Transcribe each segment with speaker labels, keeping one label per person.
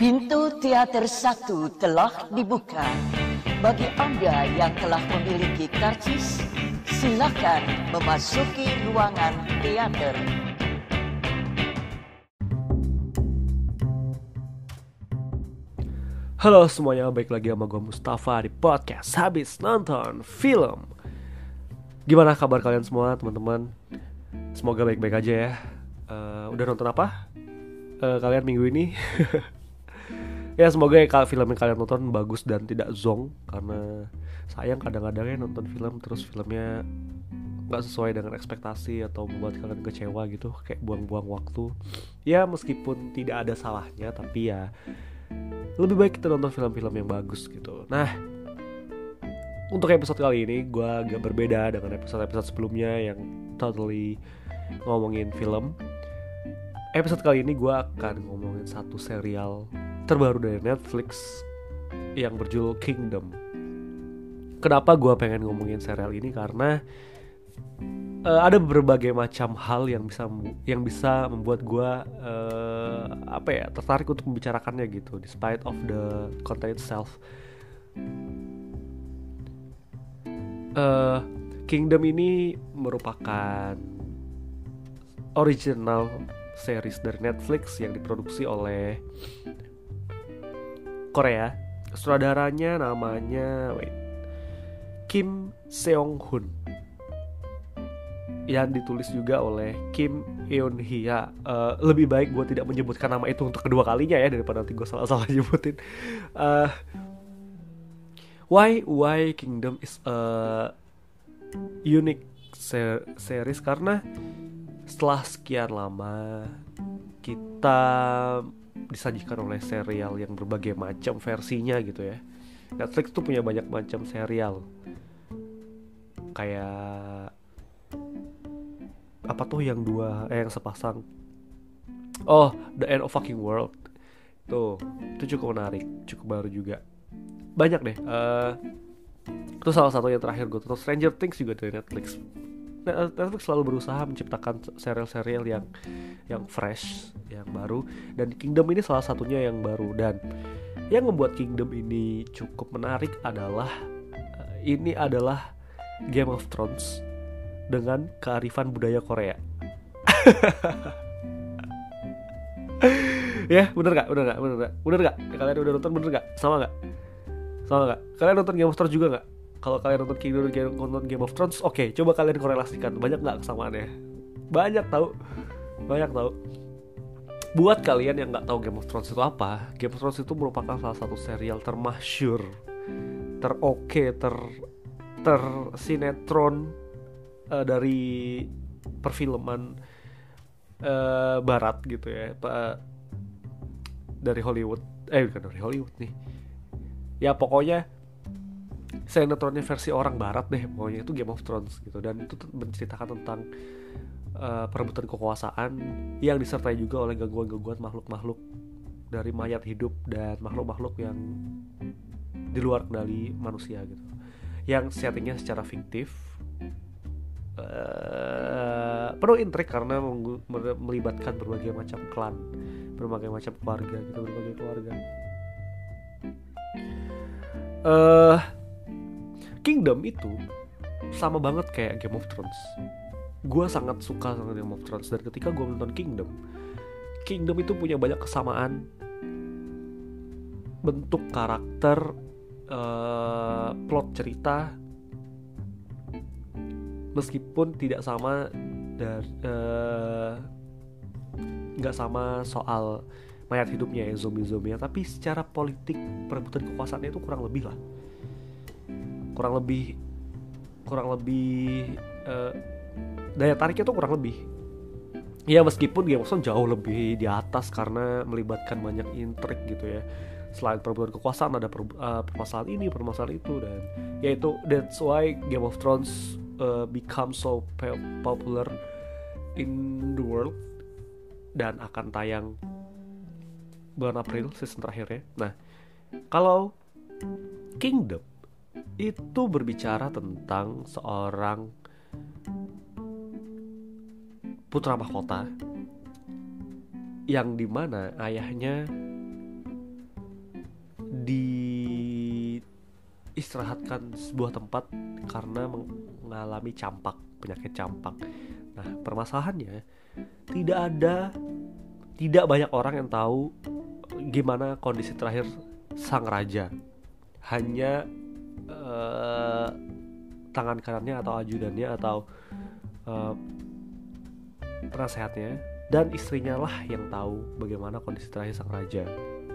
Speaker 1: Pintu teater 1 telah dibuka. Bagi Anda yang telah memiliki karcis, silakan memasuki ruangan teater.
Speaker 2: Halo semuanya, balik lagi sama gue Mustafa di podcast Habis Nonton Film. Gimana kabar kalian semua teman-teman? Semoga baik-baik aja ya. Udah nonton apa kalian minggu ini? Ya semoga ya film yang kalian nonton bagus dan tidak zonk. Karena sayang kadang-kadang ya nonton film terus filmnya gak sesuai dengan ekspektasi atau membuat kalian kecewa gitu, kayak buang-buang waktu. Ya meskipun tidak ada salahnya, tapi ya lebih baik kita nonton film-film yang bagus gitu. Nah, untuk episode kali ini gue agak berbeda dengan episode-episode sebelumnya yang totally ngomongin film. Episode kali ini gue akan ngomongin satu serial terbaru dari Netflix yang berjudul Kingdom. Kenapa gue pengen ngomongin serial ini? Karena ada berbagai macam hal yang bisa membuat gue tertarik untuk membicarakannya gitu, despite of the content itself. Kingdom ini merupakan original series dari Netflix yang diproduksi oleh Korea. Sutradaranya namanya Kim Seong-hun, yang ditulis juga oleh Kim Eun-hee. Lebih baik gue tidak menyebutkan nama itu untuk kedua kalinya ya, daripada nanti gue salah-salah nyebutin. Why Kingdom is a unique series? Karena setelah sekian lama kita disajikan oleh serial yang berbagai macam versinya gitu ya. Netflix tuh punya banyak macam serial, kayak apa tuh yang yang sepasang, The End of Fucking World. Itu cukup menarik, cukup baru juga. Banyak deh. Itu salah satu yang terakhir gue tonton. Stranger Things juga dari Netflix. Netflix selalu berusaha menciptakan serial-serial yang fresh, yang baru. Dan Kingdom ini salah satunya yang baru. Dan yang membuat Kingdom ini cukup menarik adalah ini adalah Game of Thrones dengan kearifan budaya Korea. Ya, bener gak? Kalian udah nonton, bener gak? Sama gak? Kalian nonton Game of Thrones juga gak? Kalau kalian nonton Kingdom, nonton Game of Thrones, oke, coba kalian korelasikan. Banyak gak kesamaannya? Banyak tau. Buat kalian yang gak tahu Game of Thrones itu apa, Game of Thrones itu merupakan salah satu serial termasyur, sinetron dari perfilman barat gitu ya, dari Hollywood. Bukan dari Hollywood nih. Ya pokoknya sinetronnya versi orang barat deh, pokoknya itu Game of Thrones gitu. Dan itu menceritakan tentang perebutan kekuasaan yang disertai juga oleh gangguan-gangguan makhluk-makhluk dari mayat hidup dan makhluk-makhluk yang di luar kendali manusia gitu, yang settingnya secara fiktif, penuh intrik karena melibatkan berbagai macam klan, berbagai macam keluarga gitu, berbagai keluarga. Kingdom itu sama banget kayak Game of Thrones. Gue sangat suka sama Game of Thrones. Dan ketika gue nonton Kingdom itu punya banyak kesamaan bentuk karakter, plot cerita, meskipun tidak sama dan nggak sama soal mayat hidupnya ya, zombie-zombie, tapi secara politik perebutan kekuasaannya itu kurang lebih daya tariknya tuh kurang lebih. Ya meskipun Game of Thrones jauh lebih di atas karena melibatkan banyak intrik gitu ya. Selain perebutan kekuasaan ada permasalahan ini, permasalahan itu, dan yaitu that's why Game of Thrones become so popular in the world dan akan tayang bulan April season terakhirnya. Nah, kalau Kingdom itu berbicara tentang seorang putra mahkota yang dimana ayahnya mengistirahatkan sebuah tempat karena mengalami penyakit campak. Nah, permasalahannya tidak banyak orang yang tahu gimana kondisi terakhir sang raja. Hanya tangan kanannya atau ajudannya atau penasehatnya dan istrinya lah yang tahu bagaimana kondisi terakhir sang raja.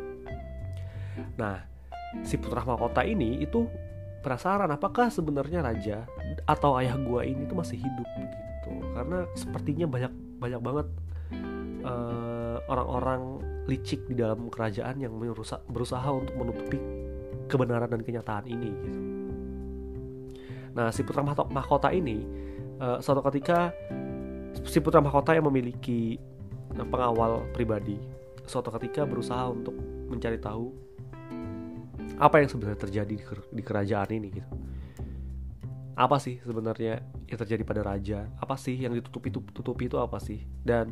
Speaker 2: Nah, si putra mahkota ini itu penasaran apakah sebenarnya raja atau ayah gua ini tuh masih hidup gitu. Karena sepertinya banyak banget orang-orang licik di dalam kerajaan yang berusaha untuk menutupi kebenaran dan kenyataan ini gitu. Nah, si putra mahkota ini suatu ketika si putra mahkota yang memiliki pengawal pribadi suatu ketika berusaha untuk mencari tahu apa yang sebenarnya terjadi di kerajaan ini gitu. Apa sih sebenarnya yang terjadi pada raja? Apa sih yang ditutupi itu apa sih? Dan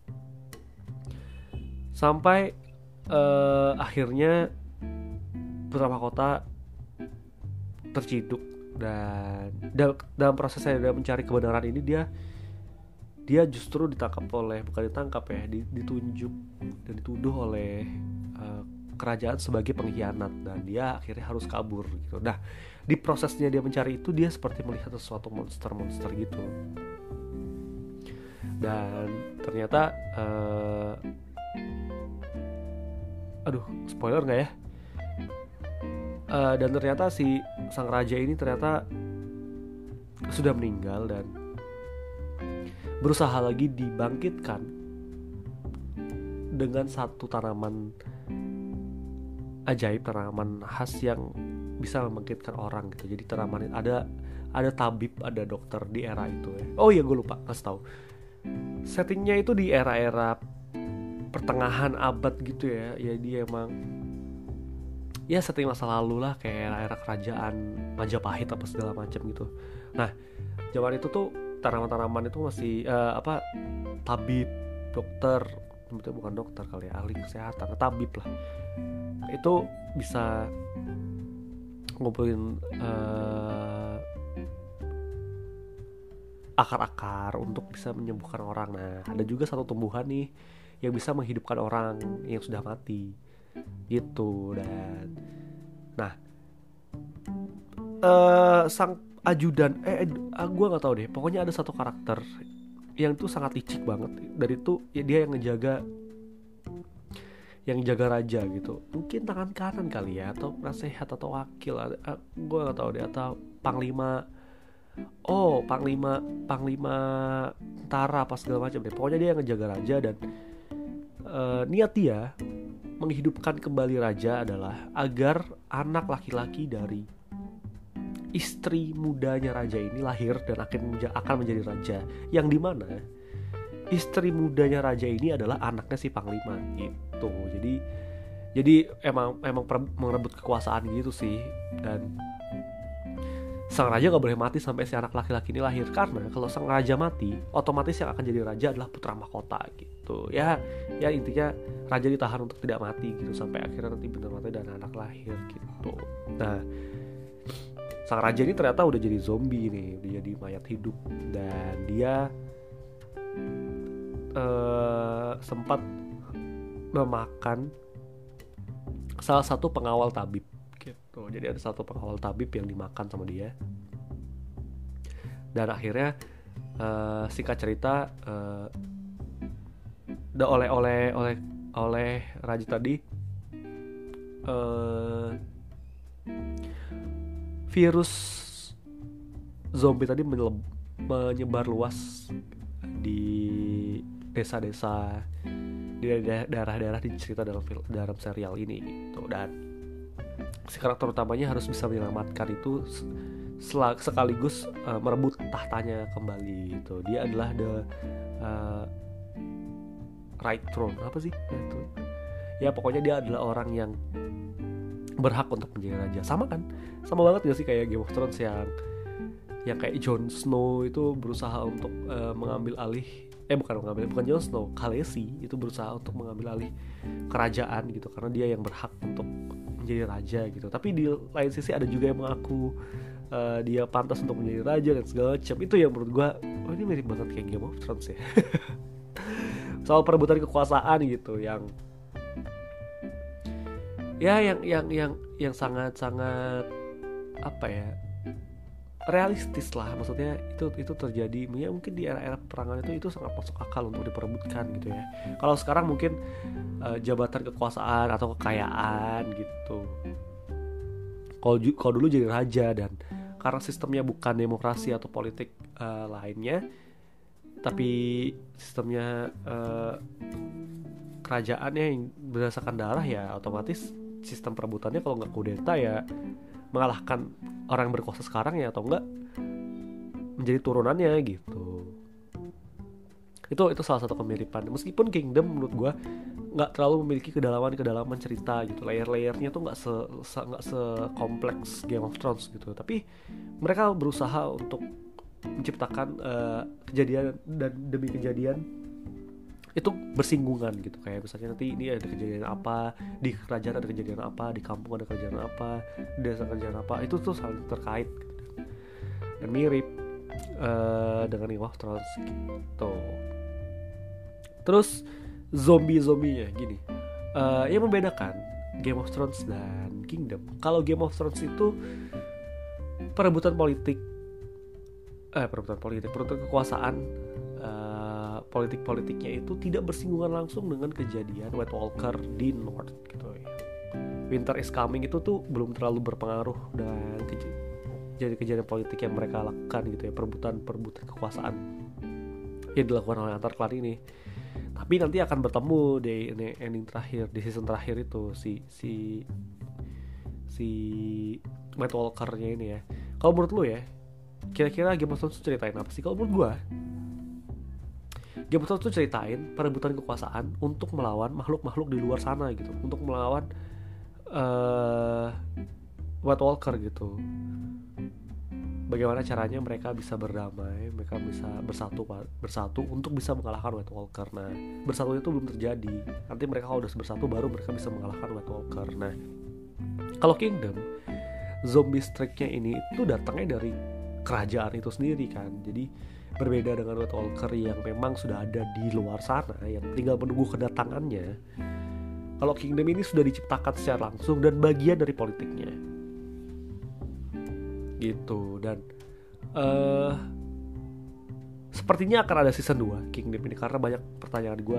Speaker 2: sampai akhirnya putra mahkota terciduk, dan dalam prosesnya dia mencari kebenaran ini dia justru ditunjuk dan dituduh oleh kerajaan sebagai pengkhianat, dan dia akhirnya harus kabur gitu. Nah, di prosesnya dia mencari itu dia seperti melihat sesuatu monster gitu. Dan ternyata spoiler nggak ya? Dan ternyata si sang raja ini ternyata sudah meninggal dan berusaha lagi dibangkitkan dengan satu tanaman ajaib, tanaman khas yang bisa membangkitkan orang gitu. Jadi tanaman ada tabib, ada dokter di era itu ya. Oh iya, gue lupa kasih tahu. Settingnya itu di era-era pertengahan abad gitu ya. Jadi emang ya setting masa lalu lah, kayak era-era kerajaan Majapahit apa segala macam gitu. Nah, zaman itu tuh tanaman-tanaman itu masih tabib, dokter, bukan dokter kali ya, ahli kesehatan, tabib lah. Itu bisa ngumpulin akar-akar untuk bisa menyembuhkan orang. Nah, ada juga satu tumbuhan nih yang bisa menghidupkan orang yang sudah mati gitu. Dan nah, sang ajudan gue nggak tahu deh, pokoknya ada satu karakter yang tuh sangat licik banget. Dari itu ya, dia yang jaga raja gitu. Mungkin tangan kanan kali ya, atau penasehat atau wakil, gue nggak tahu deh, atau panglima tentara apa segala macam deh. Pokoknya dia yang ngejaga raja, dan niat dia menghidupkan kembali raja adalah agar anak laki-laki dari istri mudanya raja ini lahir dan akan menjadi raja, yang dimana istri mudanya raja ini adalah anaknya si panglima gitu. Jadi emang merebut kekuasaan gitu sih. Dan sang raja gak boleh mati sampai si anak laki-laki ini lahir, karena kalau sang raja mati, otomatis yang akan jadi raja adalah putra mahkota gitu. Ya intinya raja ditahan untuk tidak mati gitu sampai akhirnya nanti benar mati dan anak lahir gitu. Nah, sang raja ini ternyata udah jadi zombie nih, udah jadi mayat hidup, dan dia sempat memakan salah satu pengawal tabib gitu. Jadi ada satu pengawal tabib yang dimakan sama dia, dan akhirnya singkat cerita oleh raja tadi virus zombie tadi menyebar luas di desa-desa, di daerah-daerah dicerita dalam serial ini gitu. Dan si karakter utamanya harus bisa menyelamatkan itu sekaligus merebut tahtanya kembali gitu. Dia adalah the right throne, apa sih itu ya, pokoknya dia adalah orang yang berhak untuk menjadi raja. Sama banget gak sih kayak Game of Thrones yang kayak Jon Snow itu berusaha untuk mengambil alih, bukan Jon Snow, Khaleesi itu berusaha untuk mengambil alih kerajaan gitu, karena dia yang berhak untuk menjadi raja gitu. Tapi di lain sisi ada juga yang mengaku dia pantas untuk menjadi raja dan segala macam. Itu yang menurut gue, oh ini mirip banget kayak Game of Thrones ya. Soal perebutan kekuasaan gitu, yang sangat apa ya, realistis lah. Maksudnya itu terjadi ya, mungkin di era-era peperangan itu sangat masuk akal untuk diperebutkan gitu ya. Kalau sekarang mungkin jabatan kekuasaan atau kekayaan gitu. Kalau dulu jadi raja, dan karena sistemnya bukan demokrasi atau politik lainnya, tapi sistemnya kerajaannya yang berdasarkan darah, ya otomatis sistem perebutannya kalau nggak kudeta ya mengalahkan orang yang berkuasa sekarang ya, atau enggak menjadi turunannya gitu. Itu salah satu kemiripan. Meskipun Kingdom menurut gue nggak terlalu memiliki kedalaman cerita gitu, layer-layernya tuh nggak sekompleks Game of Thrones gitu, tapi mereka berusaha untuk menciptakan kejadian dan demi kejadian itu bersinggungan gitu. Kayak misalnya nanti ini ada kejadian apa, di kerajaan ada kejadian apa, di kampung ada kejadian apa, di desa kejadian apa, itu tuh saling terkait gitu. Dan mirip dengan Game of Thrones gitu. Terus zombie-zombinya gini, yang membedakan Game of Thrones dan Kingdom, kalau Game of Thrones itu perebutan kekuasaan, politik-politiknya itu tidak bersinggungan langsung dengan kejadian White Walker di North gitu ya. Winter is Coming itu tuh belum terlalu berpengaruh dengan kejadian politik yang mereka lakukan gitu ya, perebutan kekuasaan yang dilakukan oleh antar klan ini. Tapi nanti akan bertemu di ending terakhir, di season terakhir itu si White Walker-nya ini ya. Kalau menurut lu ya, kira-kira Game of Thrones ceritain apa sih? Kalau menurut gua, Game of Thrones tuh ceritain perebutan kekuasaan untuk melawan makhluk-makhluk di luar sana gitu, untuk melawan White Walker gitu. Bagaimana caranya mereka bisa berdamai, mereka bisa bersatu untuk bisa mengalahkan White Walker. Nah, bersatu itu belum terjadi. Nanti mereka kalau udah bersatu baru mereka bisa mengalahkan White Walker. Nah, kalau Kingdom, zombie streak-nya ini itu datangnya dari kerajaan itu sendiri kan. Jadi berbeda dengan White Walker yang memang sudah ada di luar sana, yang tinggal menunggu kedatangannya. Kalau Kingdom ini sudah diciptakan secara langsung dan bagian dari politiknya gitu. Dan sepertinya akan ada season 2 Kingdom ini, karena banyak pertanyaan gue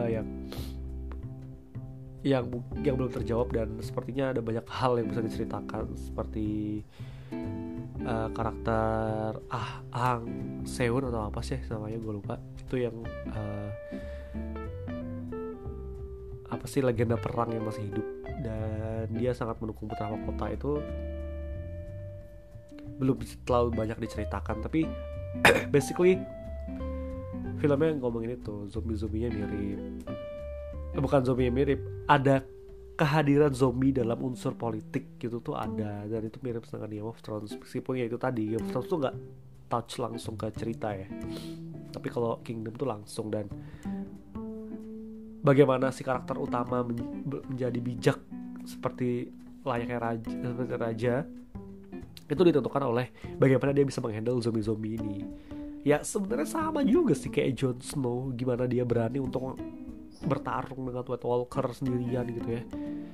Speaker 2: yang belum terjawab, dan sepertinya ada banyak hal yang bisa diceritakan, seperti karakter Ahang Seun atau apa sih namanya, gue lupa. Itu yang apa sih, legenda perang yang masih hidup, dan dia sangat mendukung putra mahkota. Itu belum terlalu banyak diceritakan, tapi basically filmnya ngomongin itu, zombie-zombinya mirip, bukan zombie mirip, ada kehadiran zombie dalam unsur politik gitu tuh ada, dan itu mirip dengan Game of Thrones. Meskipun ya itu tadi, Game of Thrones tuh gak touch langsung ke cerita ya, tapi kalau Kingdom tuh langsung. Dan bagaimana si karakter utama menjadi bijak seperti layaknya raja itu ditentukan oleh bagaimana dia bisa menghandle zombie-zombie ini. Ya sebenarnya sama juga sih kayak Jon Snow, gimana dia berani untuk bertarung dengan White Walker sendirian gitu ya.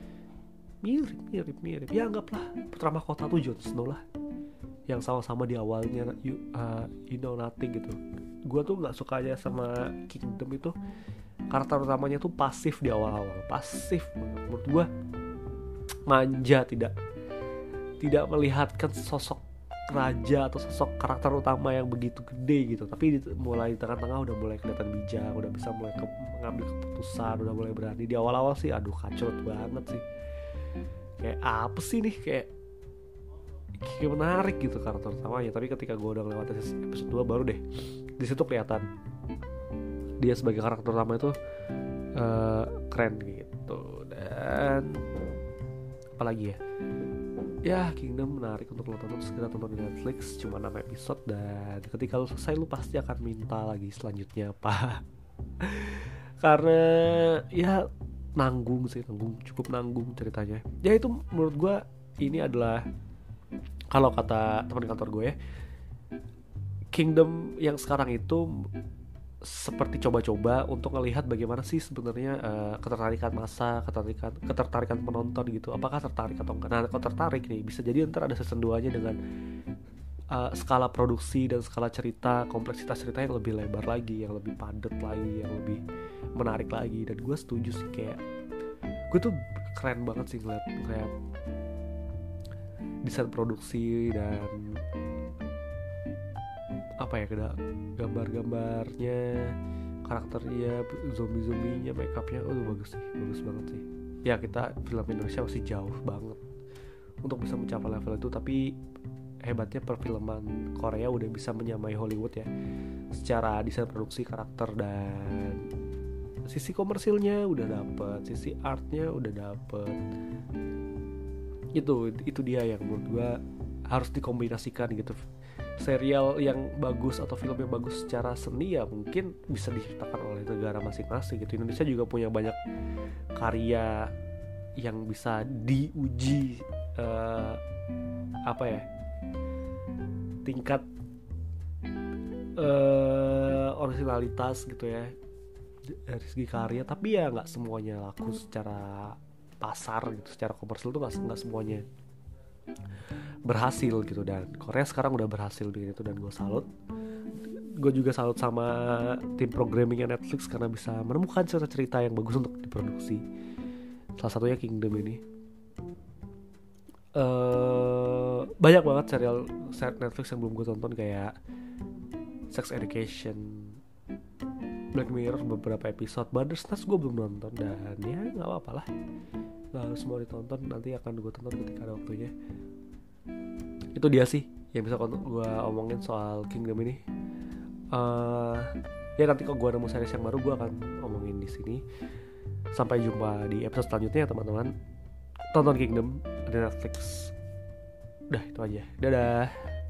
Speaker 2: Mirip. Ya anggaplah putra mahkota tuh Jon Snow lah, yang sama-sama di awalnya you know nothing gitu. Gue tuh nggak sukanya sama Kingdom itu, karakter utamanya tuh pasif di awal-awal, pasif banget. Menurut gue manja, tidak melihatkan sosok raja atau sosok karakter utama yang begitu gede gitu. Tapi mulai di tengah-tengah udah mulai kelihatan bijak, udah bisa mulai mengambil keputusan, udah mulai berani. Di awal-awal sih aduh kacau banget sih, kayak apa sih nih, kayak menarik gitu karakter utamanya. Tapi ketika gue udah lewat episode 2 baru deh di situ kelihatan dia sebagai karakter utama itu keren gitu. Dan apalagi ya Kingdom menarik untuk lo tonton, segera tonton di Netflix, cuma 6 episode, dan ketika lo selesai lo pasti akan minta lagi selanjutnya apa. Karena ya cukup nanggung ceritanya. Ya itu menurut gue ini adalah, kalau kata teman kantor gue ya, Kingdom yang sekarang itu seperti coba-coba untuk ngelihat bagaimana sih sebenarnya ketertarikan massa, ketertarikan penonton gitu. Apakah tertarik atau enggak? Nah, kalau tertarik nih, bisa jadi ntar ada season 2-nya dengan skala produksi dan skala cerita, kompleksitas cerita yang lebih lebar lagi, yang lebih padat lagi, yang lebih menarik lagi. Dan gue setuju sih, kayak gue tuh keren banget sih ngeliat desain produksi dan apa ya, gambar-gambarnya, karakternya, zombie-zombinya, make-upnya, bagus banget sih. Ya kita film Indonesia masih jauh banget untuk bisa mencapai level itu, tapi hebatnya perfilman Korea udah bisa menyamai Hollywood ya, secara desain produksi, karakter, dan sisi komersilnya udah dapet, sisi artnya udah dapet. Itu dia yang menurut gue harus dikombinasikan gitu. Serial yang bagus atau film yang bagus secara seni ya mungkin bisa diciptakan oleh negara masing-masing gitu. Indonesia juga punya banyak karya yang bisa diuji tingkat originalitas gitu ya dari segi karya, tapi ya nggak semuanya laku secara pasar gitu, secara komersil tuh nggak semuanya berhasil gitu. Dan Korea sekarang udah berhasil bikin itu, dan gue juga salut sama tim programmingnya Netflix karena bisa menemukan cerita-cerita yang bagus untuk diproduksi. Salah satunya Kingdom ini. Banyak banget serial Netflix yang belum gue tonton, kayak Sex Education, Black Mirror beberapa episode, Bandersnatch gue belum nonton, dan ya nggak apa-apa lah, nggak harus semua ditonton, nanti akan gue tonton ketika ada waktunya. Itu dia sih yang bisa gue omongin soal Kingdom ini. Ya nanti kalau gue nemu series yang baru gue akan omongin di sini. Sampai jumpa di episode selanjutnya ya teman-teman. Tonton Kingdom di Netflix. Udah itu aja. Dadah.